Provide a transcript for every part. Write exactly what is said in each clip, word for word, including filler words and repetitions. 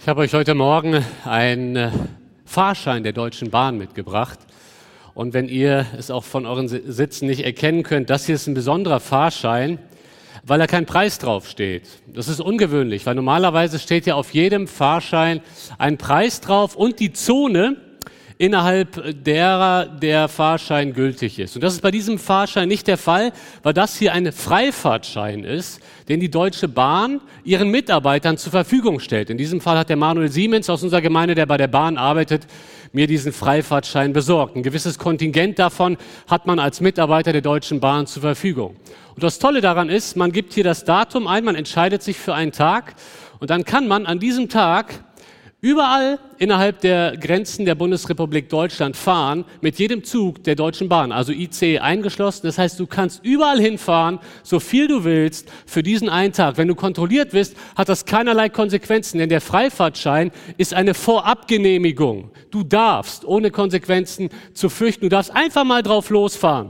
Ich habe euch heute Morgen einen Fahrschein der Deutschen Bahn mitgebracht. Und wenn ihr es auch von euren Sitzen nicht erkennen könnt, das hier ist ein besonderer Fahrschein, weil da kein Preis drauf steht. Das ist ungewöhnlich, weil normalerweise steht ja auf jedem Fahrschein ein Preis drauf und die Zone, innerhalb derer der Fahrschein gültig ist. Und das ist bei diesem Fahrschein nicht der Fall, weil das hier ein Freifahrtschein ist, den die Deutsche Bahn ihren Mitarbeitern zur Verfügung stellt. In diesem Fall hat der Manuel Siemens aus unserer Gemeinde, der bei der Bahn arbeitet, mir diesen Freifahrtschein besorgt. Ein gewisses Kontingent davon hat man als Mitarbeiter der Deutschen Bahn zur Verfügung. Und das Tolle daran ist, man gibt hier das Datum ein, man entscheidet sich für einen Tag und dann kann man an diesem Tag überall innerhalb der Grenzen der Bundesrepublik Deutschland fahren, mit jedem Zug der Deutschen Bahn, also I C E eingeschlossen. Das heißt, du kannst überall hinfahren, so viel du willst, für diesen einen Tag. Wenn du kontrolliert wirst, hat das keinerlei Konsequenzen, denn der Freifahrtschein ist eine Vorabgenehmigung. Du darfst, ohne Konsequenzen zu fürchten, du darfst einfach mal drauf losfahren.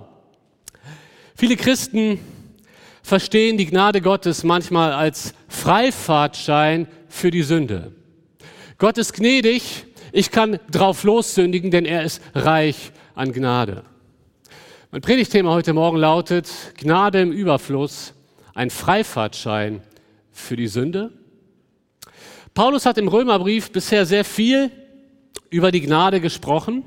Viele Christen verstehen die Gnade Gottes manchmal als Freifahrtschein für die Sünde. Gott ist gnädig, ich kann drauf lossündigen, denn er ist reich an Gnade. Mein Predigtthema heute Morgen lautet Gnade im Überfluss, ein Freifahrtschein für die Sünde. Paulus hat im Römerbrief bisher sehr viel über die Gnade gesprochen.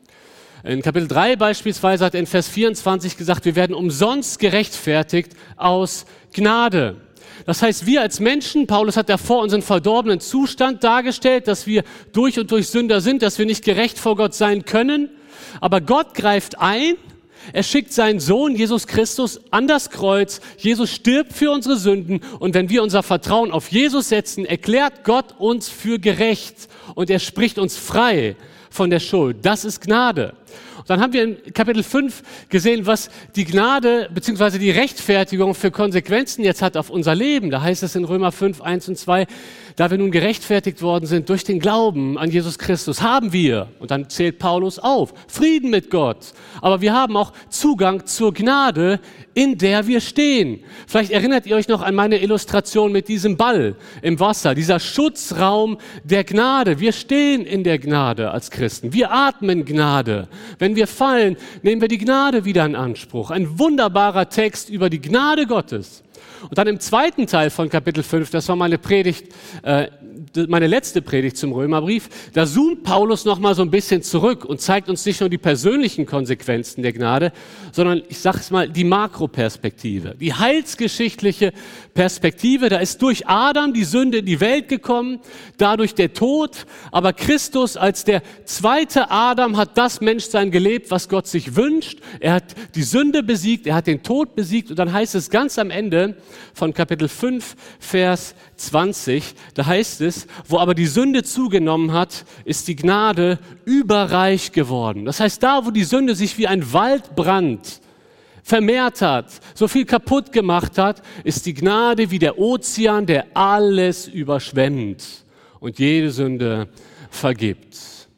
In Kapitel drei beispielsweise hat er in Vers vierundzwanzig gesagt, wir werden umsonst gerechtfertigt aus Gnade. Das heißt, wir als Menschen, Paulus hat davor unseren verdorbenen Zustand dargestellt, dass wir durch und durch Sünder sind, dass wir nicht gerecht vor Gott sein können. Aber Gott greift ein, er schickt seinen Sohn Jesus Christus an das Kreuz. Jesus stirbt für unsere Sünden und wenn wir unser Vertrauen auf Jesus setzen, erklärt Gott uns für gerecht und er spricht uns frei von der Schuld. Das ist Gnade. Und dann haben wir in Kapitel fünf gesehen, was die Gnade bzw. die Rechtfertigung für Konsequenzen jetzt hat auf unser Leben. Da heißt es in Römer fünf, eins und zwei, da wir nun gerechtfertigt worden sind durch den Glauben an Jesus Christus, haben wir, und dann zählt Paulus auf, Frieden mit Gott. Aber wir haben auch Zugang zur Gnade, in der wir stehen. Vielleicht erinnert ihr euch noch an meine Illustration mit diesem Ball im Wasser, dieser Schutzraum der Gnade. Wir stehen in der Gnade als Christen. Wir atmen Gnade. Wenn wir fallen, nehmen wir die Gnade wieder in Anspruch. Ein wunderbarer Text über die Gnade Gottes. Und dann im zweiten Teil von Kapitel fünf, das war meine Predigt, äh, meine letzte Predigt zum Römerbrief, da zoomt Paulus noch mal so ein bisschen zurück und zeigt uns nicht nur die persönlichen Konsequenzen der Gnade, sondern ich sage es mal, die Makroperspektive, die heilsgeschichtliche Perspektive. Da ist durch Adam die Sünde in die Welt gekommen, dadurch der Tod, aber Christus als der zweite Adam hat das Menschsein gelebt, was Gott sich wünscht. Er hat die Sünde besiegt, er hat den Tod besiegt und dann heißt es ganz am Ende von Kapitel fünf, Vers zwanzig, da heißt es, wo aber die Sünde zugenommen hat, ist die Gnade überreich geworden. Das heißt, da, wo die Sünde sich wie ein Waldbrand vermehrt hat, so viel kaputt gemacht hat, ist die Gnade wie der Ozean, der alles überschwemmt und jede Sünde vergibt.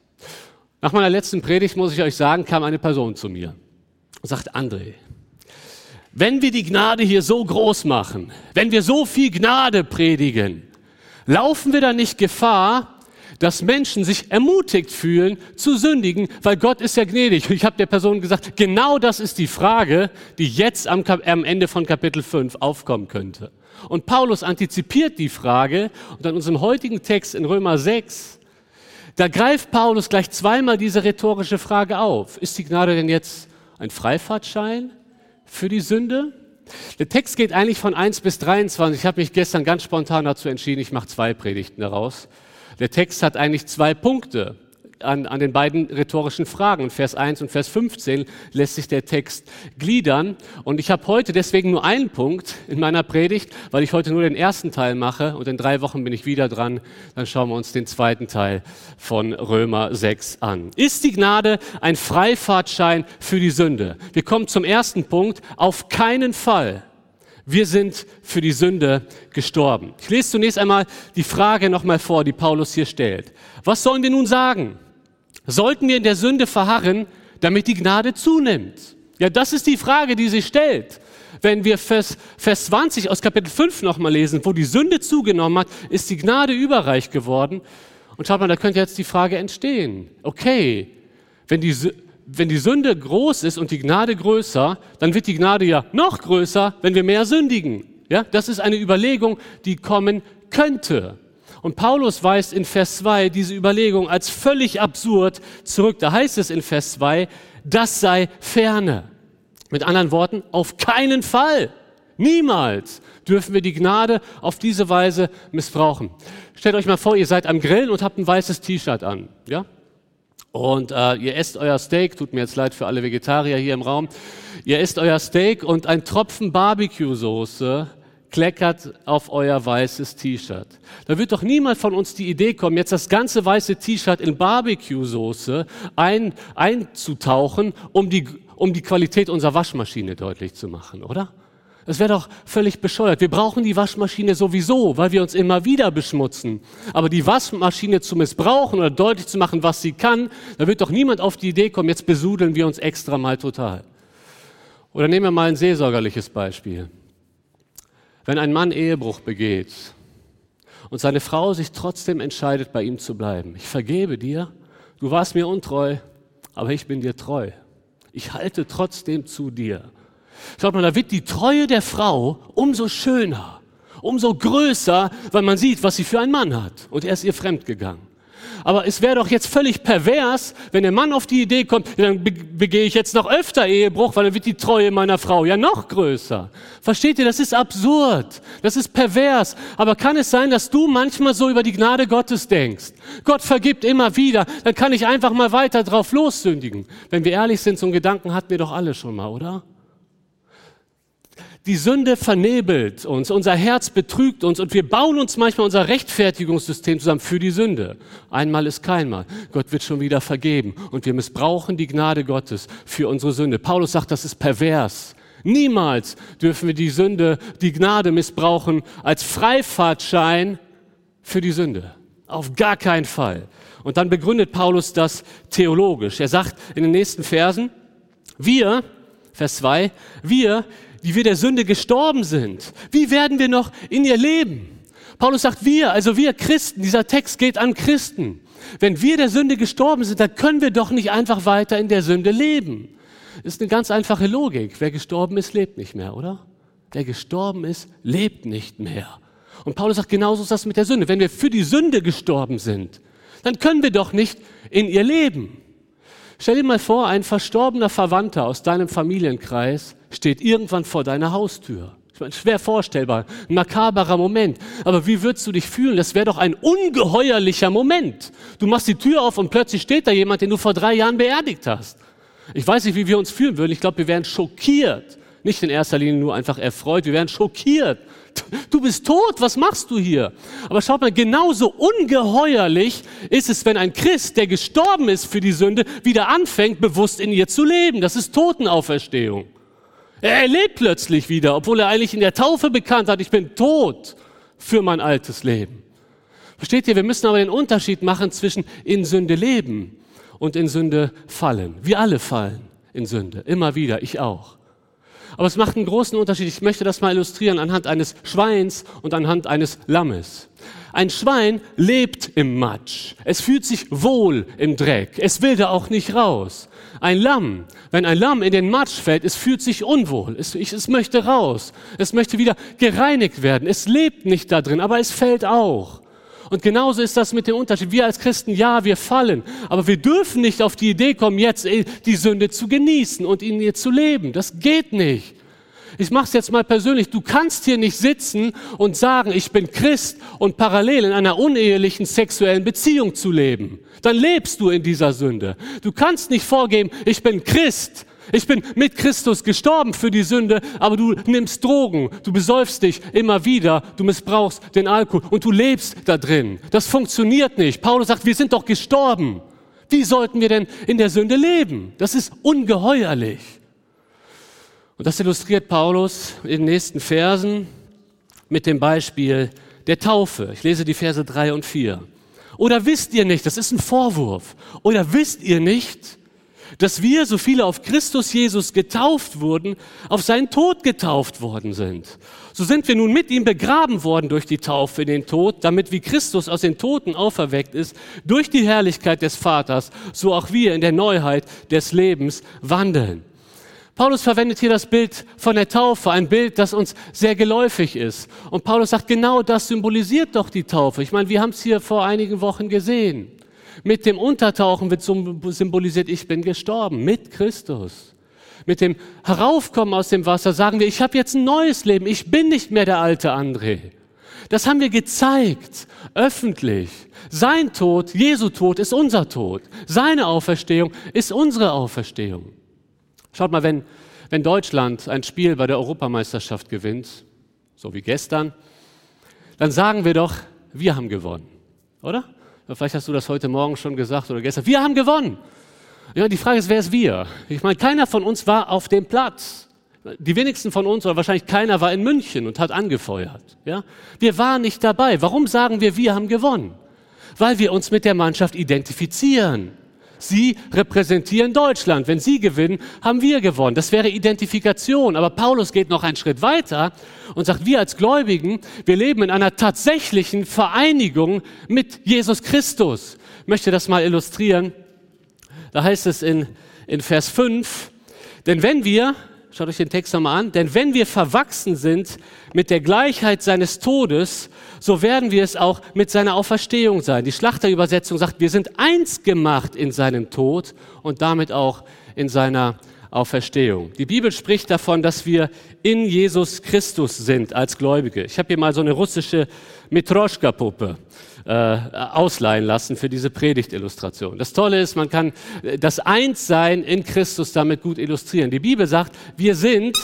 Nach meiner letzten Predigt, muss ich euch sagen, kam eine Person zu mir und sagt, André, wenn wir die Gnade hier so groß machen, wenn wir so viel Gnade predigen, laufen wir da nicht Gefahr, dass Menschen sich ermutigt fühlen zu sündigen, weil Gott ist ja gnädig. Ich habe der Person gesagt, genau das ist die Frage, die jetzt am, am Ende von Kapitel fünf aufkommen könnte. Und Paulus antizipiert die Frage und an unserem heutigen Text in Römer sechs, da greift Paulus gleich zweimal diese rhetorische Frage auf. Ist die Gnade denn jetzt ein Freifahrtschein für die Sünde? Der Text geht eigentlich von eins bis dreiundzwanzig. Ich habe mich gestern ganz spontan dazu entschieden, ich mache zwei Predigten daraus. Der Text hat eigentlich zwei Punkte an, an den beiden rhetorischen Fragen. Und Vers eins und Vers fünfzehn lässt sich der Text gliedern. Und ich habe heute deswegen nur einen Punkt in meiner Predigt, weil ich heute nur den ersten Teil mache und in drei Wochen bin ich wieder dran. Dann schauen wir uns den zweiten Teil von Römer sechs an. Ist die Gnade ein Freifahrtschein für die Sünde? Wir kommen zum ersten Punkt. Auf keinen Fall. Wir sind für die Sünde gestorben. Ich lese zunächst einmal die Frage nochmal vor, die Paulus hier stellt. Was sollen wir nun sagen? Sollten wir in der Sünde verharren, damit die Gnade zunimmt? Ja, das ist die Frage, die sich stellt. Wenn wir Vers, Vers zwanzig aus Kapitel fünf nochmal lesen, wo die Sünde zugenommen hat, ist die Gnade überreich geworden. Und schaut mal, da könnte jetzt die Frage entstehen. Okay, wenn die, wenn die Sünde groß ist und die Gnade größer, dann wird die Gnade ja noch größer, wenn wir mehr sündigen. Ja, das ist eine Überlegung, die kommen könnte. Und Paulus weist in Vers zwei diese Überlegung als völlig absurd zurück. Da heißt es in Vers zwei, das sei ferne. Mit anderen Worten, auf keinen Fall, niemals dürfen wir die Gnade auf diese Weise missbrauchen. Stellt euch mal vor, ihr seid am Grillen und habt ein weißes T-Shirt an, ja? Und äh, ihr esst euer Steak, tut mir jetzt leid für alle Vegetarier hier im Raum, ihr esst euer Steak und ein Tropfen Barbecue-Soße kleckert auf euer weißes T-Shirt. Da wird doch niemand von uns die Idee kommen, jetzt das ganze weiße T-Shirt in Barbecue-Soße ein, einzutauchen, um die, um die Qualität unserer Waschmaschine deutlich zu machen, oder? Das wäre doch völlig bescheuert. Wir brauchen die Waschmaschine sowieso, weil wir uns immer wieder beschmutzen. Aber die Waschmaschine zu missbrauchen oder deutlich zu machen, was sie kann, da wird doch niemand auf die Idee kommen, jetzt besudeln wir uns extra mal total. Oder nehmen wir mal ein seelsorgerliches Beispiel. Wenn ein Mann Ehebruch begeht und seine Frau sich trotzdem entscheidet, bei ihm zu bleiben. Ich vergebe dir, du warst mir untreu, aber ich bin dir treu. Ich halte trotzdem zu dir. Schaut mal, da wird die Treue der Frau umso schöner, umso größer, weil man sieht, was sie für einen Mann hat. Und er ist ihr fremdgegangen. Aber es wäre doch jetzt völlig pervers, wenn der Mann auf die Idee kommt, dann begehe ich jetzt noch öfter Ehebruch, weil dann wird die Treue meiner Frau ja noch größer. Versteht ihr, das ist absurd, das ist pervers. Aber kann es sein, dass du manchmal so über die Gnade Gottes denkst? Gott vergibt immer wieder, dann kann ich einfach mal weiter drauf lossündigen. Wenn wir ehrlich sind, so einen Gedanken hatten wir doch alle schon mal, oder? Die Sünde vernebelt uns, unser Herz betrügt uns und wir bauen uns manchmal unser Rechtfertigungssystem zusammen für die Sünde. Einmal ist keinmal. Gott wird schon wieder vergeben und wir missbrauchen die Gnade Gottes für unsere Sünde. Paulus sagt, das ist pervers. Niemals dürfen wir die Sünde, die Gnade missbrauchen als Freifahrtschein für die Sünde. Auf gar keinen Fall. Und dann begründet Paulus das theologisch. Er sagt in den nächsten Versen, wir, Vers zwei, wir, die wir der Sünde gestorben sind. Wie werden wir noch in ihr leben? Paulus sagt wir, also wir Christen, dieser Text geht an Christen. Wenn wir der Sünde gestorben sind, dann können wir doch nicht einfach weiter in der Sünde leben. Das ist eine ganz einfache Logik. Wer gestorben ist, lebt nicht mehr, oder? Wer gestorben ist, lebt nicht mehr. Und Paulus sagt, genauso ist das mit der Sünde. Wenn wir für die Sünde gestorben sind, dann können wir doch nicht in ihr leben. Stell dir mal vor, ein verstorbener Verwandter aus deinem Familienkreis steht irgendwann vor deiner Haustür. Ich meine, schwer vorstellbar, ein makaberer Moment. Aber wie würdest du dich fühlen? Das wäre doch ein ungeheuerlicher Moment. Du machst die Tür auf und plötzlich steht da jemand, den du vor drei Jahren beerdigt hast. Ich weiß nicht, wie wir uns fühlen würden. Ich glaube, wir wären schockiert. Nicht in erster Linie nur einfach erfreut, wir wären schockiert. Du bist tot, was machst du hier? Aber schaut mal, genauso ungeheuerlich ist es, wenn ein Christ, der gestorben ist für die Sünde, wieder anfängt, bewusst in ihr zu leben. Das ist Totenauferstehung. Er lebt plötzlich wieder, obwohl er eigentlich in der Taufe bekannt hat, ich bin tot für mein altes Leben. Versteht ihr, wir müssen aber den Unterschied machen zwischen in Sünde leben und in Sünde fallen. Wir alle fallen in Sünde, immer wieder, ich auch. Aber es macht einen großen Unterschied. Ich möchte das mal illustrieren anhand eines Schweins und anhand eines Lammes. Ein Schwein lebt im Matsch. Es fühlt sich wohl im Dreck. Es will da auch nicht raus. Ein Lamm, wenn ein Lamm in den Matsch fällt, es fühlt sich unwohl. Es, ich, es möchte raus. Es möchte wieder gereinigt werden. Es lebt nicht da drin, aber es fällt auch. Und genauso ist das mit dem Unterschied. Wir als Christen, ja, wir fallen, aber wir dürfen nicht auf die Idee kommen, jetzt die Sünde zu genießen und in ihr zu leben. Das geht nicht. Ich mache es jetzt mal persönlich. Du kannst hier nicht sitzen und sagen, ich bin Christ und parallel in einer unehelichen sexuellen Beziehung zu leben. Dann lebst du in dieser Sünde. Du kannst nicht vorgeben, ich bin Christ. Ich bin mit Christus gestorben für die Sünde, aber du nimmst Drogen, du besäufst dich immer wieder, du missbrauchst den Alkohol und du lebst da drin. Das funktioniert nicht. Paulus sagt, wir sind doch gestorben. Wie sollten wir denn in der Sünde leben? Das ist ungeheuerlich. Und das illustriert Paulus in den nächsten Versen mit dem Beispiel der Taufe. Ich lese die Verse drei und vier. Oder wisst ihr nicht, das ist ein Vorwurf, oder wisst ihr nicht, Dass wir, so viele auf Christus Jesus getauft wurden, auf seinen Tod getauft worden sind. So sind wir nun mit ihm begraben worden durch die Taufe in den Tod, damit wie Christus aus den Toten auferweckt ist, durch die Herrlichkeit des Vaters, so auch wir in der Neuheit des Lebens wandeln. Paulus verwendet hier das Bild von der Taufe, ein Bild, das uns sehr geläufig ist. Und Paulus sagt, genau das symbolisiert doch die Taufe. Ich meine, wir haben es hier vor einigen Wochen gesehen. Mit dem Untertauchen wird symbolisiert, ich bin gestorben mit Christus. Mit dem Heraufkommen aus dem Wasser sagen wir, ich habe jetzt ein neues Leben, ich bin nicht mehr der alte André. Das haben wir gezeigt, öffentlich. Sein Tod, Jesu Tod, ist unser Tod. Seine Auferstehung ist unsere Auferstehung. Schaut mal, wenn, wenn Deutschland ein Spiel bei der Europameisterschaft gewinnt, so wie gestern, dann sagen wir doch, wir haben gewonnen, oder? Vielleicht hast du das heute Morgen schon gesagt oder gestern. Wir haben gewonnen. Ja, die Frage ist, wer ist wir? Ich meine, keiner von uns war auf dem Platz. Die wenigsten von uns oder wahrscheinlich keiner war in München und hat angefeuert. Ja? Wir waren nicht dabei. Warum sagen wir, wir haben gewonnen? Weil wir uns mit der Mannschaft identifizieren. Sie repräsentieren Deutschland. Wenn sie gewinnen, haben wir gewonnen. Das wäre Identifikation. Aber Paulus geht noch einen Schritt weiter und sagt, wir als Gläubigen, wir leben in einer tatsächlichen Vereinigung mit Jesus Christus. Ich möchte das mal illustrieren. Da heißt es in, in Vers fünf, denn wenn wir, schaut euch den Text nochmal an, denn wenn wir verwachsen sind mit der Gleichheit seines Todes, so werden wir es auch mit seiner Auferstehung sein. Die Schlachterübersetzung sagt, wir sind eins gemacht in seinem Tod und damit auch in seiner Auferstehung. Die Bibel spricht davon, dass wir in Jesus Christus sind als Gläubige. Ich habe hier mal so eine russische Metroschka-Puppe äh, ausleihen lassen für diese Predigtillustration. Das Tolle ist, man kann das Einssein in Christus damit gut illustrieren. Die Bibel sagt, wir sind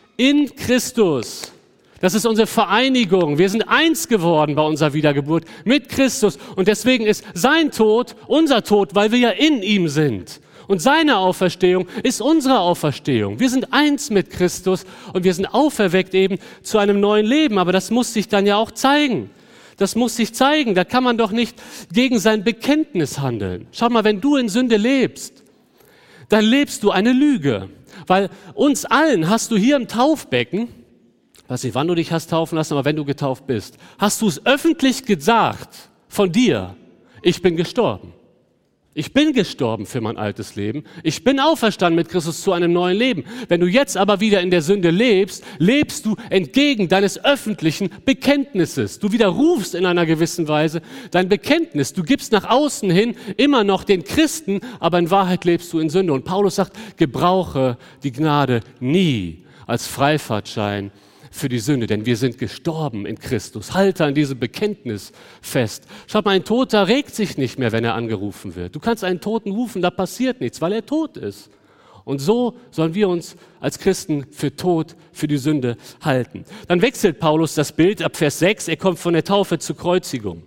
in Christus. Das ist unsere Vereinigung. Wir sind eins geworden bei unserer Wiedergeburt mit Christus. Und deswegen ist sein Tod unser Tod, weil wir ja in ihm sind. Und seine Auferstehung ist unsere Auferstehung. Wir sind eins mit Christus und wir sind auferweckt eben zu einem neuen Leben. Aber das muss sich dann ja auch zeigen. Das muss sich zeigen. Da kann man doch nicht gegen sein Bekenntnis handeln. Schau mal, wenn du in Sünde lebst, dann lebst du eine Lüge. Weil uns allen hast du hier im Taufbecken, ich weiß nicht, wann du dich hast taufen lassen, aber wenn du getauft bist, hast du es öffentlich gesagt von dir, ich bin gestorben. Ich bin gestorben für mein altes Leben. Ich bin auferstanden mit Christus zu einem neuen Leben. Wenn du jetzt aber wieder in der Sünde lebst, lebst du entgegen deines öffentlichen Bekenntnisses. Du widerrufst in einer gewissen Weise dein Bekenntnis. Du gibst nach außen hin immer noch den Christen, aber in Wahrheit lebst du in Sünde. Und Paulus sagt, gebrauche die Gnade nie als Freifahrtschein für die Sünde, denn wir sind gestorben in Christus. Halte an diesem Bekenntnis fest. Schaut mal, ein Toter regt sich nicht mehr, wenn er angerufen wird. Du kannst einen Toten rufen, da passiert nichts, weil er tot ist. Und so sollen wir uns als Christen für tot, für die Sünde halten. Dann wechselt Paulus das Bild ab Vers sechs, er kommt von der Taufe zur Kreuzigung.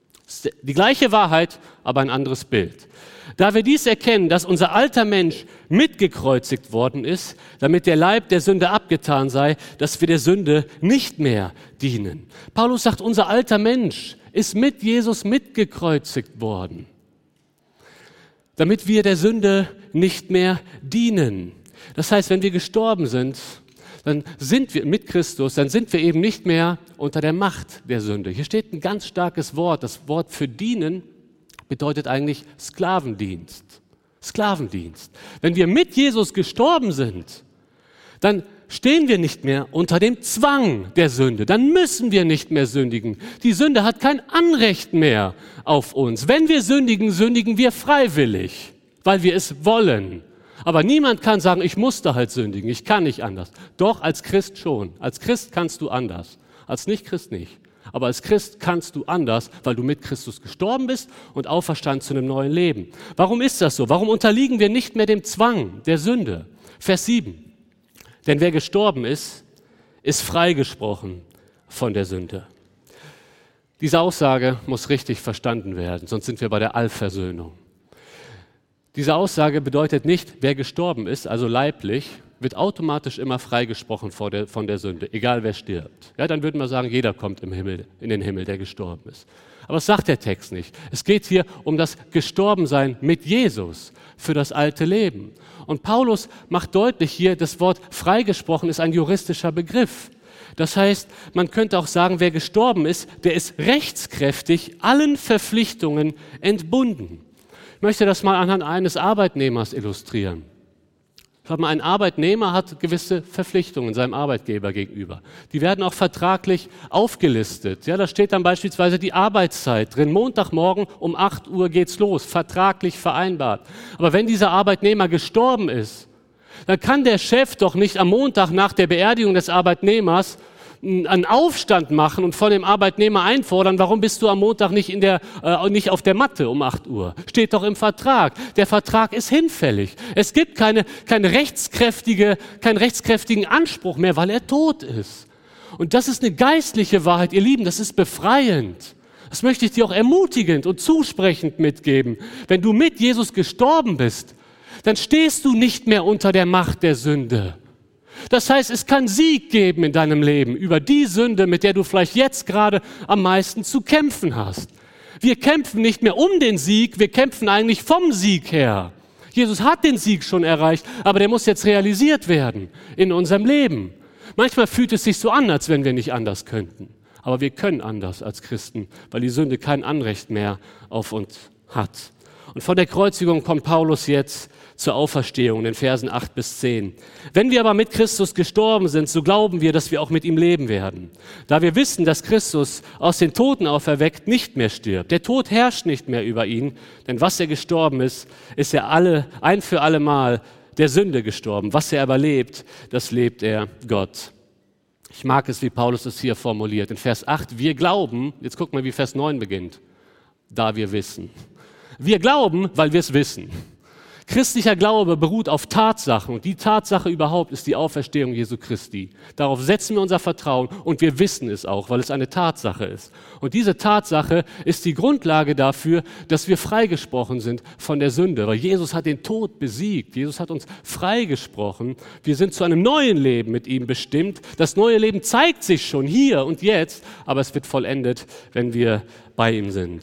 Die gleiche Wahrheit, aber ein anderes Bild. Da wir dies erkennen, dass unser alter Mensch mitgekreuzigt worden ist, damit der Leib der Sünde abgetan sei, dass wir der Sünde nicht mehr dienen. Paulus sagt, unser alter Mensch ist mit Jesus mitgekreuzigt worden, damit wir der Sünde nicht mehr dienen. Das heißt, wenn wir gestorben sind, dann sind wir mit Christus, dann sind wir eben nicht mehr unter der Macht der Sünde. Hier steht ein ganz starkes Wort, das Wort für dienen bedeutet eigentlich Sklavendienst. Sklavendienst. Wenn wir mit Jesus gestorben sind, dann stehen wir nicht mehr unter dem Zwang der Sünde. Dann müssen wir nicht mehr sündigen. Die Sünde hat kein Anrecht mehr auf uns. Wenn wir sündigen, sündigen wir freiwillig, weil wir es wollen. Aber niemand kann sagen, ich musste halt sündigen, ich kann nicht anders. Doch, als Christ schon. Als Christ kannst du anders. Als Nicht-Christ nicht. Aber als Christ kannst du anders, weil du mit Christus gestorben bist und auferstanden zu einem neuen Leben. Warum ist das so? Warum unterliegen wir nicht mehr dem Zwang der Sünde? Vers sieben. Denn wer gestorben ist, ist freigesprochen von der Sünde. Diese Aussage muss richtig verstanden werden, sonst sind wir bei der Allversöhnung. Diese Aussage bedeutet nicht, wer gestorben ist, also leiblich, wird automatisch immer freigesprochen von der, von der Sünde, egal wer stirbt. Ja, dann würden wir sagen, jeder kommt im Himmel, in den Himmel, der gestorben ist. Aber das sagt der Text nicht. Es geht hier um das Gestorbensein mit Jesus für das alte Leben. Und Paulus macht deutlich hier, das Wort freigesprochen ist ein juristischer Begriff. Das heißt, man könnte auch sagen, wer gestorben ist, der ist rechtskräftig allen Verpflichtungen entbunden. Ich möchte das mal anhand eines Arbeitnehmers illustrieren. Ein Arbeitnehmer hat gewisse Verpflichtungen seinem Arbeitgeber gegenüber. Die werden auch vertraglich aufgelistet. Ja, da steht dann beispielsweise die Arbeitszeit drin. Montagmorgen um acht Uhr geht's los, vertraglich vereinbart. Aber wenn dieser Arbeitnehmer gestorben ist, dann kann der Chef doch nicht am Montag nach der Beerdigung des Arbeitnehmers einen Aufstand machen und von dem Arbeitnehmer einfordern, warum bist du am Montag nicht, in der, äh, nicht auf der Matte um acht Uhr? Steht doch im Vertrag. Der Vertrag ist hinfällig. Es gibt keine, keine rechtskräftige, keinen rechtskräftigen Anspruch mehr, weil er tot ist. Und das ist eine geistliche Wahrheit, ihr Lieben, das ist befreiend. Das möchte ich dir auch ermutigend und zusprechend mitgeben. Wenn du mit Jesus gestorben bist, dann stehst du nicht mehr unter der Macht der Sünde. Das heißt, es kann Sieg geben in deinem Leben über die Sünde, mit der du vielleicht jetzt gerade am meisten zu kämpfen hast. Wir kämpfen nicht mehr um den Sieg, wir kämpfen eigentlich vom Sieg her. Jesus hat den Sieg schon erreicht, aber der muss jetzt realisiert werden in unserem Leben. Manchmal fühlt es sich so an, als wenn wir nicht anders könnten. Aber wir können anders als Christen, weil die Sünde kein Anrecht mehr auf uns hat. Und von der Kreuzigung kommt Paulus jetzt zur Auferstehung in Versen acht bis zehn. Wenn wir aber mit Christus gestorben sind, so glauben wir, dass wir auch mit ihm leben werden. Da wir wissen, dass Christus aus den Toten auferweckt nicht mehr stirbt. Der Tod herrscht nicht mehr über ihn, denn was er gestorben ist, ist er alle, ein für alle Mal der Sünde gestorben. Was er aber lebt, das lebt er Gott. Ich mag es, wie Paulus es hier formuliert. In Vers acht, wir glauben, jetzt guck mal, wie Vers neun beginnt, da wir wissen. Wir glauben, weil wir es wissen. Christlicher Glaube beruht auf Tatsachen und die Tatsache überhaupt ist die Auferstehung Jesu Christi. Darauf setzen wir unser Vertrauen und wir wissen es auch, weil es eine Tatsache ist. Und diese Tatsache ist die Grundlage dafür, dass wir freigesprochen sind von der Sünde, weil Jesus hat den Tod besiegt. Jesus hat uns freigesprochen. Wir sind zu einem neuen Leben mit ihm bestimmt. Das neue Leben zeigt sich schon hier und jetzt, aber es wird vollendet, wenn wir bei ihm sind.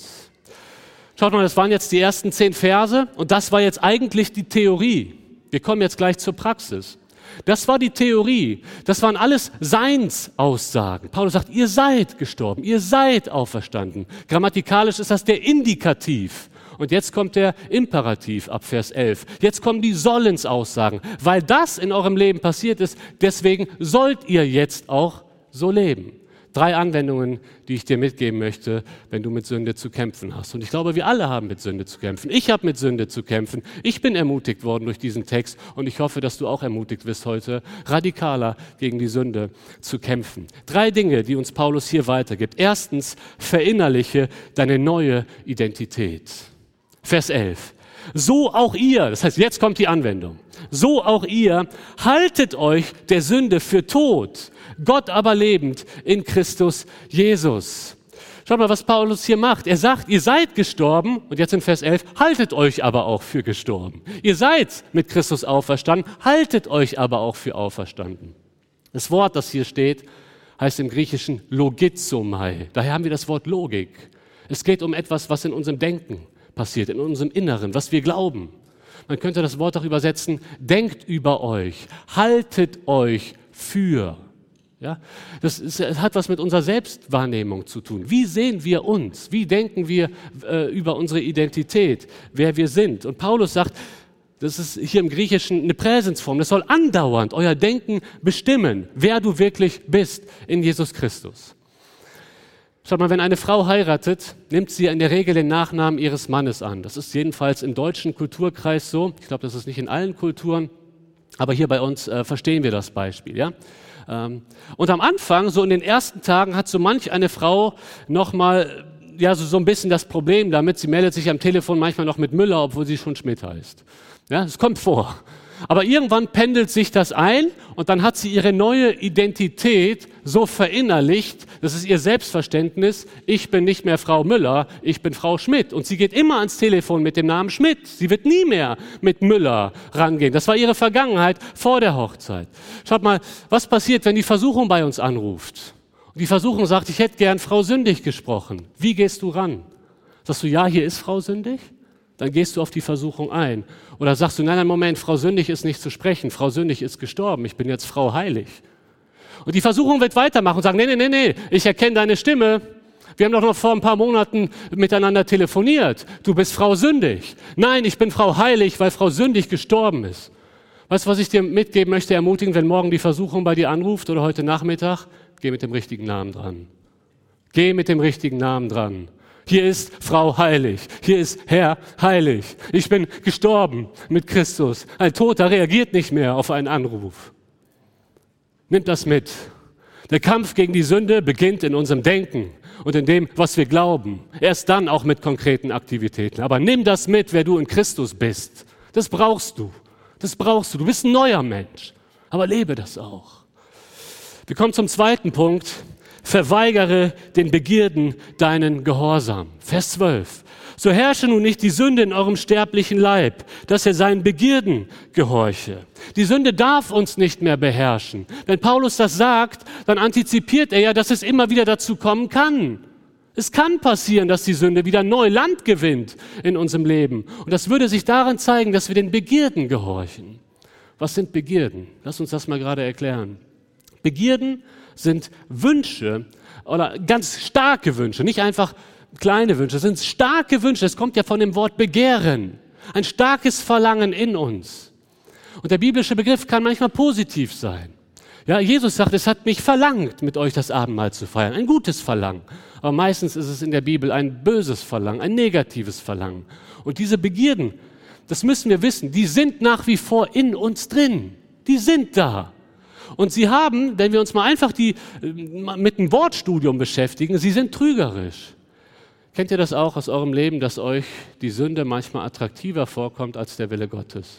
Schaut mal, das waren jetzt die ersten zehn Verse und das war jetzt eigentlich die Theorie. Wir kommen jetzt gleich zur Praxis. Das war die Theorie. Das waren alles Seinsaussagen. Paulus sagt, ihr seid gestorben, ihr seid auferstanden. Grammatikalisch ist das der Indikativ. Und jetzt kommt der Imperativ ab Vers elf. Jetzt kommen die Sollensaussagen. Weil das in eurem Leben passiert ist, deswegen sollt ihr jetzt auch so leben. Drei Anwendungen, die ich dir mitgeben möchte, wenn du mit Sünde zu kämpfen hast. Und ich glaube, wir alle haben mit Sünde zu kämpfen. Ich habe mit Sünde zu kämpfen. Ich bin ermutigt worden durch diesen Text und ich hoffe, dass du auch ermutigt wirst heute, radikaler gegen die Sünde zu kämpfen. Drei Dinge, die uns Paulus hier weitergibt. Erstens, verinnerliche deine neue Identität. Vers elf. So auch ihr, das heißt, jetzt kommt die Anwendung. So auch ihr, haltet euch der Sünde für tot, Gott aber lebend in Christus Jesus. Schaut mal, was Paulus hier macht. Er sagt, ihr seid gestorben, und jetzt in Vers elf, haltet euch aber auch für gestorben. Ihr seid mit Christus auferstanden, haltet euch aber auch für auferstanden. Das Wort, das hier steht, heißt im Griechischen logizomai. Daher haben wir das Wort Logik. Es geht um etwas, was in unserem Denken passiert, in unserem Inneren, was wir glauben. Man könnte das Wort auch übersetzen, denkt über euch, haltet euch für. Ja, das, ist, das hat was mit unserer Selbstwahrnehmung zu tun. Wie sehen wir uns? Wie denken wir äh, über unsere Identität, wer wir sind? Und Paulus sagt, das ist hier im Griechischen eine Präsensform, das soll andauernd euer Denken bestimmen, wer du wirklich bist in Jesus Christus. Schaut mal, wenn eine Frau heiratet, nimmt sie in der Regel den Nachnamen ihres Mannes an. Das ist jedenfalls im deutschen Kulturkreis so. Ich glaube, das ist nicht in allen Kulturen, aber hier bei uns äh, verstehen wir das Beispiel. Ja? Ähm, und am Anfang, so in den ersten Tagen, hat so manch eine Frau nochmal ja, so, so ein bisschen das Problem damit. Sie meldet sich am Telefon manchmal noch mit Müller, obwohl sie schon Schmidt heißt. Ja, das kommt vor. Aber irgendwann pendelt sich das ein und dann hat sie ihre neue Identität so verinnerlicht, das ist ihr Selbstverständnis, ich bin nicht mehr Frau Müller, ich bin Frau Schmidt. Und sie geht immer ans Telefon mit dem Namen Schmidt. Sie wird nie mehr mit Müller rangehen. Das war ihre Vergangenheit vor der Hochzeit. Schaut mal, was passiert, wenn die Versuchung bei uns anruft? Und die Versuchung sagt, ich hätte gern Frau sündig gesprochen. Wie gehst du ran? Sagst du, ja, hier ist Frau sündig? Dann gehst du auf die Versuchung ein. Oder sagst du, nein, nein, Moment, Frau sündig ist nicht zu sprechen. Frau sündig ist gestorben. Ich bin jetzt Frau heilig. Und die Versuchung wird weitermachen und sagen, nee, nee, nee, nee, ich erkenne deine Stimme. Wir haben doch noch vor ein paar Monaten miteinander telefoniert. Du bist Frau sündig. Nein, ich bin Frau heilig, weil Frau sündig gestorben ist. Weißt du, was ich dir mitgeben möchte, ermutigen, wenn morgen die Versuchung bei dir anruft oder heute Nachmittag? Geh mit dem richtigen Namen dran. Geh mit dem richtigen Namen dran. Hier ist Frau heilig. Hier ist Herr heilig. Ich bin gestorben mit Christus. Ein Toter reagiert nicht mehr auf einen Anruf. Nimm das mit. Der Kampf gegen die Sünde beginnt in unserem Denken und in dem, was wir glauben. Erst dann auch mit konkreten Aktivitäten. Aber nimm das mit, wer du in Christus bist. Das brauchst du. Das brauchst du. Du bist ein neuer Mensch. Aber lebe das auch. Wir kommen zum zweiten Punkt. Verweigere den Begierden deinen Gehorsam. Vers zwölf. So herrsche nun nicht die Sünde in eurem sterblichen Leib, dass er seinen Begierden gehorche. Die Sünde darf uns nicht mehr beherrschen. Wenn Paulus das sagt, dann antizipiert er ja, dass es immer wieder dazu kommen kann. Es kann passieren, dass die Sünde wieder neu Land gewinnt in unserem Leben. Und das würde sich daran zeigen, dass wir den Begierden gehorchen. Was sind Begierden? Lass uns das mal gerade erklären. Begierden sind Wünsche oder ganz starke Wünsche, nicht einfach kleine Wünsche, es sind starke Wünsche. Es kommt ja von dem Wort begehren, ein starkes Verlangen in uns. Und der biblische Begriff kann manchmal positiv sein. Ja, Jesus sagt, es hat mich verlangt, mit euch das Abendmahl zu feiern, ein gutes Verlangen. Aber meistens ist es in der Bibel ein böses Verlangen, ein negatives Verlangen. Und diese Begierden, das müssen wir wissen, die sind nach wie vor in uns drin. Die sind da. Und sie haben, wenn wir uns mal einfach die, mit einem Wortstudium beschäftigen, sie sind trügerisch. Kennt ihr das auch aus eurem Leben, dass euch die Sünde manchmal attraktiver vorkommt als der Wille Gottes?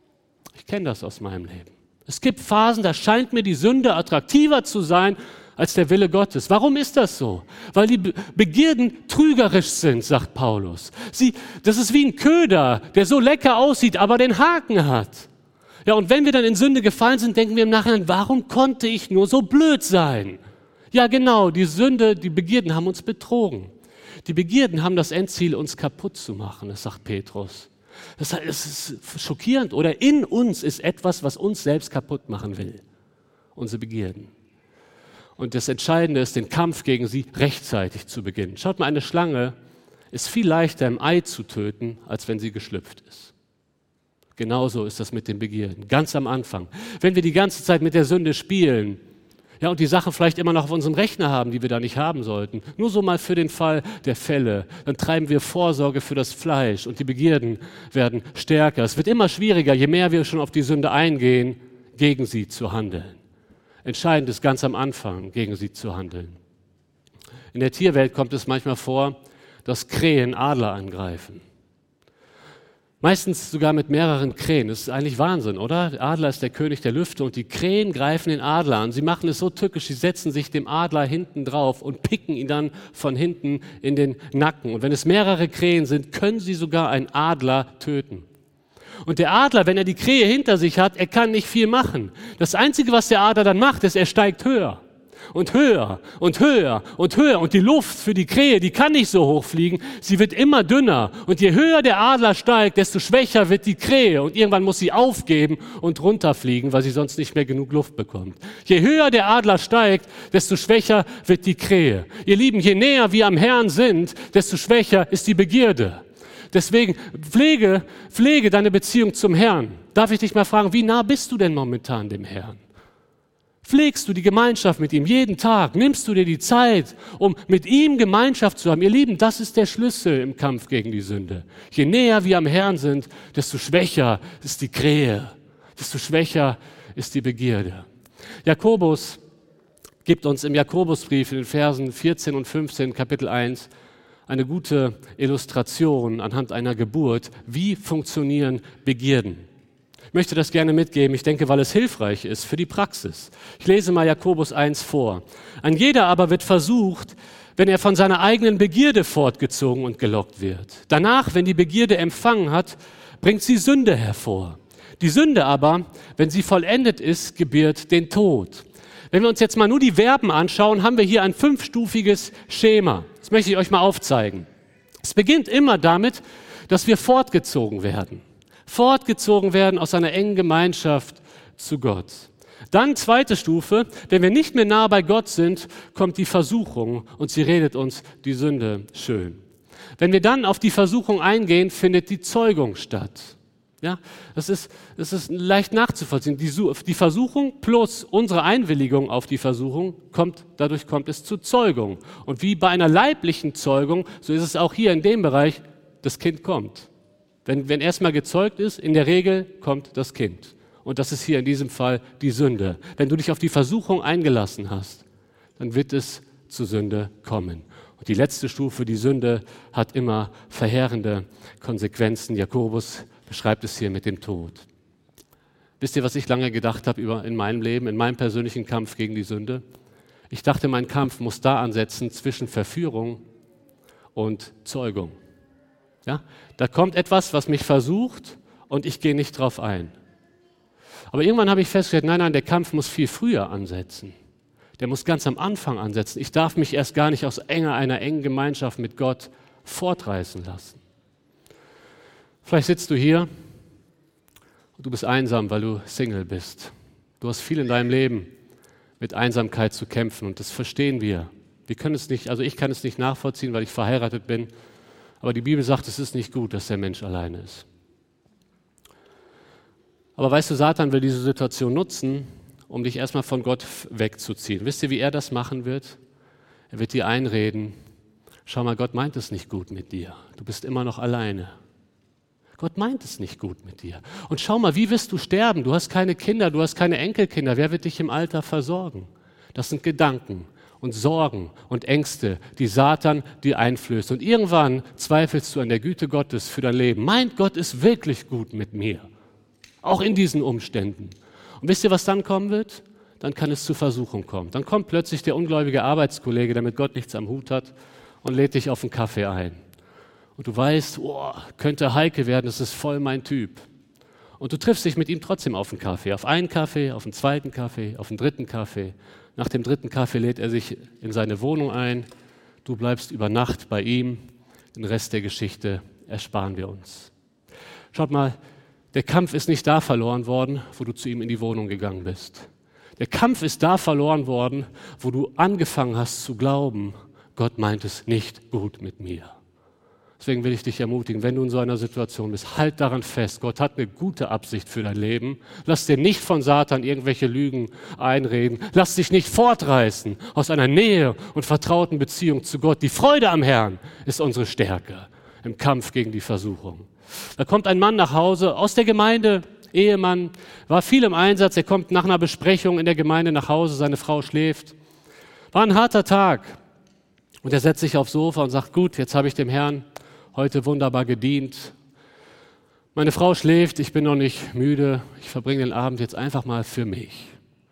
Ich kenne das aus meinem Leben. Es gibt Phasen, da scheint mir die Sünde attraktiver zu sein als der Wille Gottes. Warum ist das so? Weil die Begierden trügerisch sind, sagt Paulus. Sie, das ist wie ein Köder, der so lecker aussieht, aber den Haken hat. Ja, und wenn wir dann in Sünde gefallen sind, denken wir im Nachhinein, warum konnte ich nur so blöd sein? Ja, genau, die Sünde, die Begierden haben uns betrogen. Die Begierden haben das Endziel, uns kaputt zu machen, das sagt Petrus. Das heißt, es ist schockierend. Oder in uns ist etwas, was uns selbst kaputt machen will. Unsere Begierden. Und das Entscheidende ist, den Kampf gegen sie rechtzeitig zu beginnen. Schaut mal, eine Schlange ist viel leichter im Ei zu töten, als wenn sie geschlüpft ist. Genauso ist das mit den Begierden. Ganz am Anfang. Wenn wir die ganze Zeit mit der Sünde spielen, ja, und die Sachen vielleicht immer noch auf unserem Rechner haben, die wir da nicht haben sollten, nur so mal für den Fall der Fälle, dann treiben wir Vorsorge für das Fleisch und die Begierden werden stärker. Es wird immer schwieriger, je mehr wir schon auf die Sünde eingehen, gegen sie zu handeln. Entscheidend ist ganz am Anfang, gegen sie zu handeln. In der Tierwelt kommt es manchmal vor, dass Krähen Adler angreifen. Meistens sogar mit mehreren Krähen. Das ist eigentlich Wahnsinn, oder? Der Adler ist der König der Lüfte und die Krähen greifen den Adler an. Sie machen es so tückisch, sie setzen sich dem Adler hinten drauf und picken ihn dann von hinten in den Nacken. Und wenn es mehrere Krähen sind, können sie sogar einen Adler töten. Und der Adler, wenn er die Krähe hinter sich hat, er kann nicht viel machen. Das Einzige, was der Adler dann macht, ist, er steigt höher. Und höher und höher und höher. Und die Luft für die Krähe, die kann nicht so hoch fliegen. Sie wird immer dünner. Und je höher der Adler steigt, desto schwächer wird die Krähe. Und irgendwann muss sie aufgeben und runterfliegen, weil sie sonst nicht mehr genug Luft bekommt. Je höher der Adler steigt, desto schwächer wird die Krähe. Ihr Lieben, je näher wir am Herrn sind, desto schwächer ist die Begierde. Deswegen pflege, pflege deine Beziehung zum Herrn. Darf ich dich mal fragen, wie nah bist du denn momentan dem Herrn? Pflegst du die Gemeinschaft mit ihm jeden Tag? Nimmst du dir die Zeit, um mit ihm Gemeinschaft zu haben? Ihr Lieben, das ist der Schlüssel im Kampf gegen die Sünde. Je näher wir am Herrn sind, desto schwächer ist die Krähe, desto schwächer ist die Begierde. Jakobus gibt uns im Jakobusbrief in den Versen vierzehn und fünfzehn, Kapitel eins, eine gute Illustration anhand einer Geburt. Wie funktionieren Begierden? Ich möchte das gerne mitgeben, ich denke, weil es hilfreich ist für die Praxis. Ich lese mal Jakobus eins vor. Ein jeder aber wird versucht, wenn er von seiner eigenen Begierde fortgezogen und gelockt wird. Danach, wenn die Begierde empfangen hat, bringt sie Sünde hervor. Die Sünde aber, wenn sie vollendet ist, gebiert den Tod. Wenn wir uns jetzt mal nur die Verben anschauen, haben wir hier ein fünfstufiges Schema. Das möchte ich euch mal aufzeigen. Es beginnt immer damit, dass wir fortgezogen werden. Fortgezogen werden aus einer engen Gemeinschaft zu Gott. Dann zweite Stufe, wenn wir nicht mehr nah bei Gott sind, kommt die Versuchung und sie redet uns die Sünde schön. Wenn wir dann auf die Versuchung eingehen, findet die Zeugung statt. Ja, das ist, das ist leicht nachzuvollziehen. Die, die Versuchung plus unsere Einwilligung auf die Versuchung, kommt, dadurch kommt es zu Zeugung. Und wie bei einer leiblichen Zeugung, so ist es auch hier in dem Bereich, das Kind kommt. Wenn, wenn erstmal gezeugt ist, in der Regel kommt das Kind. Und das ist hier in diesem Fall die Sünde. Wenn du dich auf die Versuchung eingelassen hast, dann wird es zur Sünde kommen. Und die letzte Stufe, die Sünde, hat immer verheerende Konsequenzen. Jakobus beschreibt es hier mit dem Tod. Wisst ihr, was ich lange gedacht habe über in meinem Leben, in meinem persönlichen Kampf gegen die Sünde? Ich dachte, mein Kampf muss da ansetzen zwischen Verführung und Zeugung. Ja? Da kommt etwas, was mich versucht und ich gehe nicht drauf ein. Aber irgendwann habe ich festgestellt, nein, nein, der Kampf muss viel früher ansetzen. Der muss ganz am Anfang ansetzen. Ich darf mich erst gar nicht aus enger, einer engen Gemeinschaft mit Gott fortreißen lassen. Vielleicht sitzt du hier und du bist einsam, weil du Single bist. Du hast viel in deinem Leben mit Einsamkeit zu kämpfen und das verstehen wir. Wir können es nicht, also ich kann es nicht nachvollziehen, weil ich verheiratet bin. Aber die Bibel sagt, es ist nicht gut, dass der Mensch alleine ist. Aber weißt du, Satan will diese Situation nutzen, um dich erstmal von Gott wegzuziehen. Wisst ihr, wie er das machen wird? Er wird dir einreden, schau mal, Gott meint es nicht gut mit dir. Du bist immer noch alleine. Gott meint es nicht gut mit dir. Und schau mal, wie wirst du sterben? Du hast keine Kinder, du hast keine Enkelkinder. Wer wird dich im Alter versorgen? Das sind Gedanken und Sorgen und Ängste, die Satan dir einflößt. Und irgendwann zweifelst du an der Güte Gottes für dein Leben. Meint Gott ist wirklich gut mit mir? Auch in diesen Umständen. Und wisst ihr, was dann kommen wird? Dann kann es zur Versuchung kommen. Dann kommt plötzlich der ungläubige Arbeitskollege, der mit Gott nichts am Hut hat, und lädt dich auf einen Kaffee ein. Und du weißt, oh, könnte Heike werden, das ist voll mein Typ. Und du triffst dich mit ihm trotzdem auf einen Kaffee. Auf einen Kaffee, auf einen zweiten Kaffee, auf einen dritten Kaffee. Nach dem dritten Kaffee lädt er sich in seine Wohnung ein. Du bleibst über Nacht bei ihm. Den Rest der Geschichte ersparen wir uns. Schaut mal, der Kampf ist nicht da verloren worden, wo du zu ihm in die Wohnung gegangen bist. Der Kampf ist da verloren worden, wo du angefangen hast zu glauben, Gott meint es nicht gut mit mir. Deswegen will ich dich ermutigen, wenn du in so einer Situation bist, halt daran fest, Gott hat eine gute Absicht für dein Leben. Lass dir nicht von Satan irgendwelche Lügen einreden. Lass dich nicht fortreißen aus einer Nähe und vertrauten Beziehung zu Gott. Die Freude am Herrn ist unsere Stärke im Kampf gegen die Versuchung. Da kommt ein Mann nach Hause aus der Gemeinde, Ehemann, war viel im Einsatz. Er kommt nach einer Besprechung in der Gemeinde nach Hause, seine Frau schläft. War ein harter Tag. Und er setzt sich aufs Sofa und sagt, gut, jetzt habe ich dem Herrn heute wunderbar gedient. Meine Frau schläft, ich bin noch nicht müde. Ich verbringe den Abend jetzt einfach mal für mich.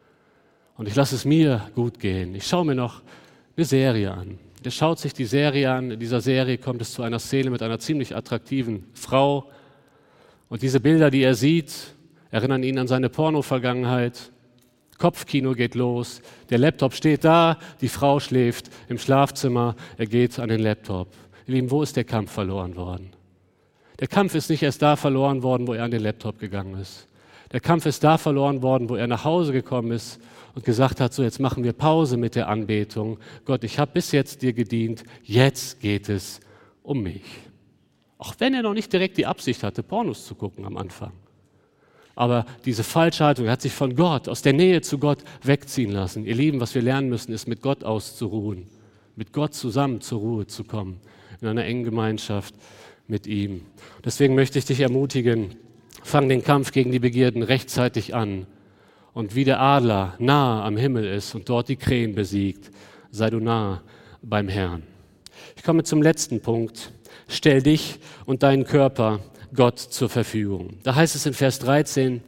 Und ich lasse es mir gut gehen. Ich schaue mir noch eine Serie an. Er schaut sich die Serie an. In dieser Serie kommt es zu einer Szene mit einer ziemlich attraktiven Frau. Und diese Bilder, die er sieht, erinnern ihn an seine Porno-Vergangenheit. Kopfkino geht los. Der Laptop steht da, die Frau schläft im Schlafzimmer. Er geht an den Laptop. Ihr Lieben, wo ist der Kampf verloren worden? Der Kampf ist nicht erst da verloren worden, wo er an den Laptop gegangen ist. Der Kampf ist da verloren worden, wo er nach Hause gekommen ist und gesagt hat, so jetzt machen wir Pause mit der Anbetung. Gott, ich habe bis jetzt dir gedient, jetzt geht es um mich. Auch wenn er noch nicht direkt die Absicht hatte, Pornos zu gucken am Anfang. Aber diese Falschhaltung, er hat sich von Gott, aus der Nähe zu Gott wegziehen lassen. Ihr Lieben, was wir lernen müssen, ist mit Gott auszuruhen, mit Gott zusammen zur Ruhe zu kommen, in einer engen Gemeinschaft mit ihm. Deswegen möchte ich dich ermutigen, fang den Kampf gegen die Begierden rechtzeitig an. Und wie der Adler nah am Himmel ist und dort die Krähen besiegt, sei du nah beim Herrn. Ich komme zum letzten Punkt. Stell dich und deinen Körper Gott zur Verfügung. Da heißt es in Vers dreizehn,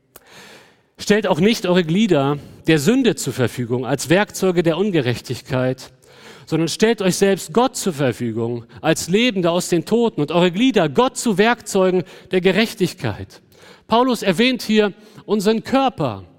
stellt auch nicht eure Glieder der Sünde zur Verfügung als Werkzeuge der Ungerechtigkeit, sondern stellt euch selbst Gott zur Verfügung als Lebende aus den Toten und eure Glieder Gott zu Werkzeugen der Gerechtigkeit. Paulus erwähnt hier unseren Körper.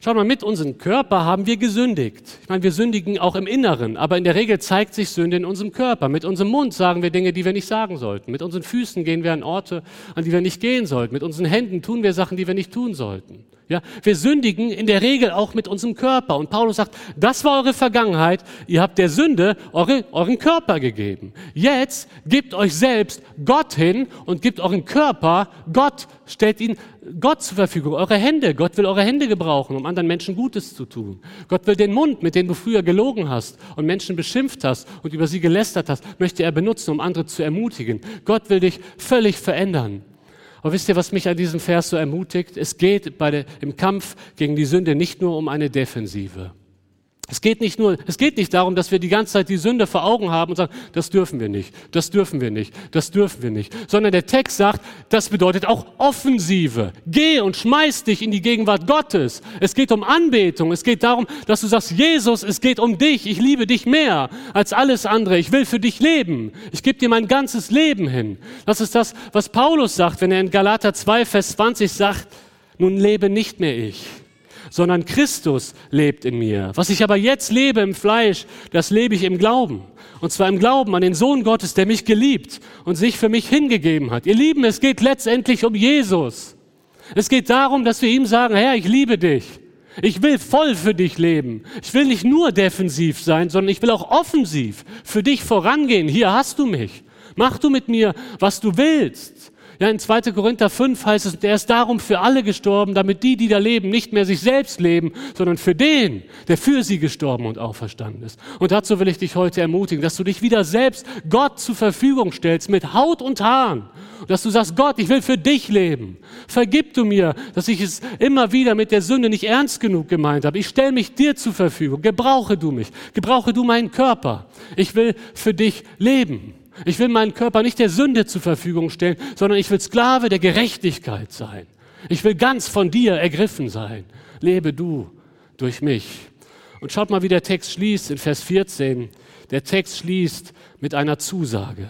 Schau mal, mit unserem Körper haben wir gesündigt. Ich meine, wir sündigen auch im Inneren, aber in der Regel zeigt sich Sünde in unserem Körper. Mit unserem Mund sagen wir Dinge, die wir nicht sagen sollten. Mit unseren Füßen gehen wir an Orte, an die wir nicht gehen sollten. Mit unseren Händen tun wir Sachen, die wir nicht tun sollten. Ja, wir sündigen in der Regel auch mit unserem Körper. Und Paulus sagt, das war eure Vergangenheit. Ihr habt der Sünde eure, euren Körper gegeben. Jetzt gebt euch selbst Gott hin und gebt euren Körper Gott, stellt ihn Gott zur Verfügung, eure Hände. Gott will eure Hände gebrauchen, um anderen Menschen Gutes zu tun. Gott will den Mund, mit dem du früher gelogen hast und Menschen beschimpft hast und über sie gelästert hast, möchte er benutzen, um andere zu ermutigen. Gott will dich völlig verändern. Aber wisst ihr, was mich an diesem Vers so ermutigt? Es geht bei der, im Kampf gegen die Sünde nicht nur um eine Defensive. Es geht nicht nur, es geht nicht darum, dass wir die ganze Zeit die Sünde vor Augen haben und sagen, das dürfen wir nicht, das dürfen wir nicht, das dürfen wir nicht. Sondern der Text sagt, das bedeutet auch Offensive. Geh und schmeiß dich in die Gegenwart Gottes. Es geht um Anbetung. Es geht darum, dass du sagst, Jesus, es geht um dich. Ich liebe dich mehr als alles andere. Ich will für dich leben. Ich gebe dir mein ganzes Leben hin. Das ist das, was Paulus sagt, wenn er in Galater zwei, Vers zwanzig sagt, nun lebe nicht mehr ich, sondern Christus lebt in mir. Was ich aber jetzt lebe im Fleisch, das lebe ich im Glauben. Und zwar im Glauben an den Sohn Gottes, der mich geliebt und sich für mich hingegeben hat. Ihr Lieben, es geht letztendlich um Jesus. Es geht darum, dass wir ihm sagen, Herr, ich liebe dich. Ich will voll für dich leben. Ich will nicht nur defensiv sein, sondern ich will auch offensiv für dich vorangehen. Hier hast du mich. Mach du mit mir, was du willst. Ja, in zweiter Korinther fünf heißt es, der ist darum für alle gestorben, damit die, die da leben, nicht mehr sich selbst leben, sondern für den, der für sie gestorben und auferstanden ist. Und dazu will ich dich heute ermutigen, dass du dich wieder selbst Gott zur Verfügung stellst, mit Haut und Haaren. Und dass du sagst, Gott, ich will für dich leben. Vergib du mir, dass ich es immer wieder mit der Sünde nicht ernst genug gemeint habe. Ich stelle mich dir zur Verfügung. Gebrauche du mich. Gebrauche du meinen Körper. Ich will für dich leben. Ich will meinen Körper nicht der Sünde zur Verfügung stellen, sondern ich will Sklave der Gerechtigkeit sein. Ich will ganz von dir ergriffen sein. Lebe du durch mich. Und schaut mal, wie der Text schließt in Vers vierzehn. Der Text schließt mit einer Zusage.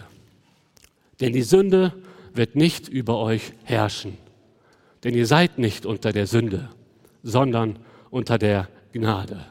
Denn die Sünde wird nicht über euch herrschen. Denn ihr seid nicht unter der Sünde, sondern unter der Gnade.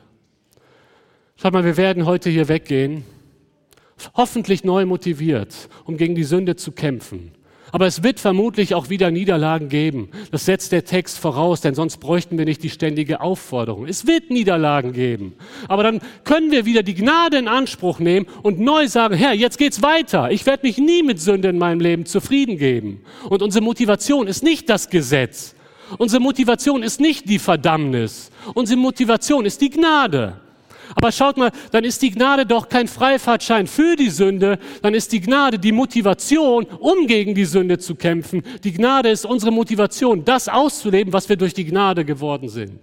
Schaut mal, wir werden heute hier weggehen, hoffentlich neu motiviert, um gegen die Sünde zu kämpfen. Aber es wird vermutlich auch wieder Niederlagen geben. Das setzt der Text voraus, denn sonst bräuchten wir nicht die ständige Aufforderung. Es wird Niederlagen geben. Aber dann können wir wieder die Gnade in Anspruch nehmen und neu sagen, Herr, jetzt geht's weiter. Ich werde mich nie mit Sünde in meinem Leben zufrieden geben. Und unsere Motivation ist nicht das Gesetz. Unsere Motivation ist nicht die Verdammnis. Unsere Motivation ist die Gnade. Aber schaut mal, dann ist die Gnade doch kein Freifahrtschein für die Sünde, dann ist die Gnade die Motivation, um gegen die Sünde zu kämpfen. Die Gnade ist unsere Motivation, das auszuleben, was wir durch die Gnade geworden sind.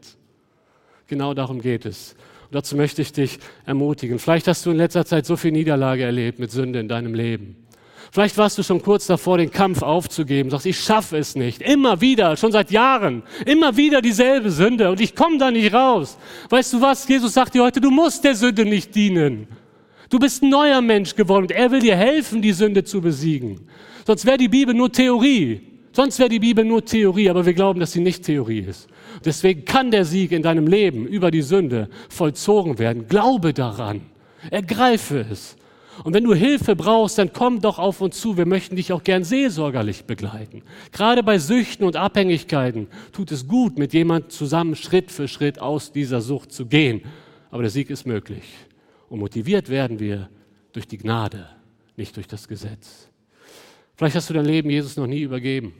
Genau darum geht es. Und dazu möchte ich dich ermutigen. Vielleicht hast du in letzter Zeit so viel Niederlage erlebt mit Sünde in deinem Leben. Vielleicht warst du schon kurz davor, den Kampf aufzugeben, sagst, ich schaffe es nicht. Immer wieder, schon seit Jahren, immer wieder dieselbe Sünde und ich komme da nicht raus. Weißt du was? Jesus sagt dir heute, du musst der Sünde nicht dienen. Du bist ein neuer Mensch geworden und er will dir helfen, die Sünde zu besiegen. Sonst wäre die Bibel nur Theorie. Sonst wäre die Bibel nur Theorie, aber wir glauben, dass sie nicht Theorie ist. Deswegen kann der Sieg in deinem Leben über die Sünde vollzogen werden. Glaube daran. Ergreife es. Und wenn du Hilfe brauchst, dann komm doch auf uns zu. Wir möchten dich auch gern seelsorgerlich begleiten. Gerade bei Süchten und Abhängigkeiten tut es gut, mit jemandem zusammen Schritt für Schritt aus dieser Sucht zu gehen. Aber der Sieg ist möglich. Und motiviert werden wir durch die Gnade, nicht durch das Gesetz. Vielleicht hast du dein Leben Jesus noch nie übergeben.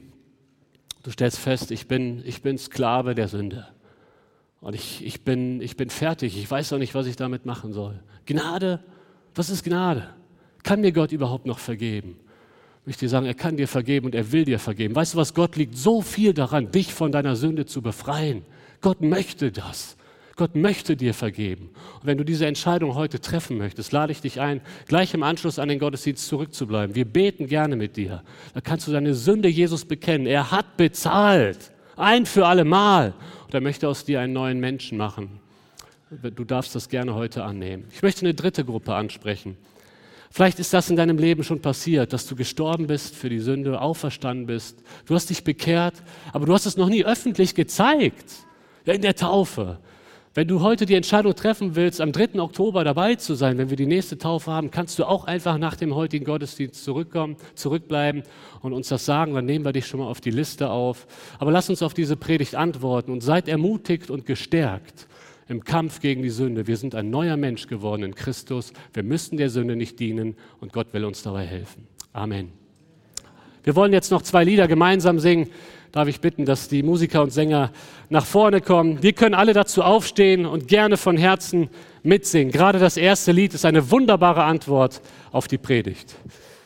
Du stellst fest, ich bin, ich bin Sklave der Sünde. Und ich, ich, bin, ich bin fertig. Ich weiß auch nicht, was ich damit machen soll. Gnade. Was ist Gnade? Kann mir Gott überhaupt noch vergeben? Ich möchte dir sagen, er kann dir vergeben und er will dir vergeben. Weißt du was, Gott liegt so viel daran, dich von deiner Sünde zu befreien. Gott möchte das. Gott möchte dir vergeben. Und wenn du diese Entscheidung heute treffen möchtest, lade ich dich ein, gleich im Anschluss an den Gottesdienst zurückzubleiben. Wir beten gerne mit dir. Da kannst du deine Sünde Jesus bekennen. Er hat bezahlt. Ein für alle Mal. Und er möchte aus dir einen neuen Menschen machen. Du darfst das gerne heute annehmen. Ich möchte eine dritte Gruppe ansprechen. Vielleicht ist das in deinem Leben schon passiert, dass du gestorben bist für die Sünde, auferstanden bist. Du hast dich bekehrt, aber du hast es noch nie öffentlich gezeigt. Ja, in der Taufe. Wenn du heute die Entscheidung treffen willst, am dritten Oktober dabei zu sein, wenn wir die nächste Taufe haben, kannst du auch einfach nach dem heutigen Gottesdienst zurückkommen, zurückbleiben und uns das sagen. Dann nehmen wir dich schon mal auf die Liste auf. Aber lass uns auf diese Predigt antworten und seid ermutigt und gestärkt im Kampf gegen die Sünde. Wir sind ein neuer Mensch geworden in Christus. Wir müssen der Sünde nicht dienen und Gott will uns dabei helfen. Amen. Wir wollen jetzt noch zwei Lieder gemeinsam singen. Darf ich bitten, dass die Musiker und Sänger nach vorne kommen. Wir können alle dazu aufstehen und gerne von Herzen mitsingen. Gerade das erste Lied ist eine wunderbare Antwort auf die Predigt.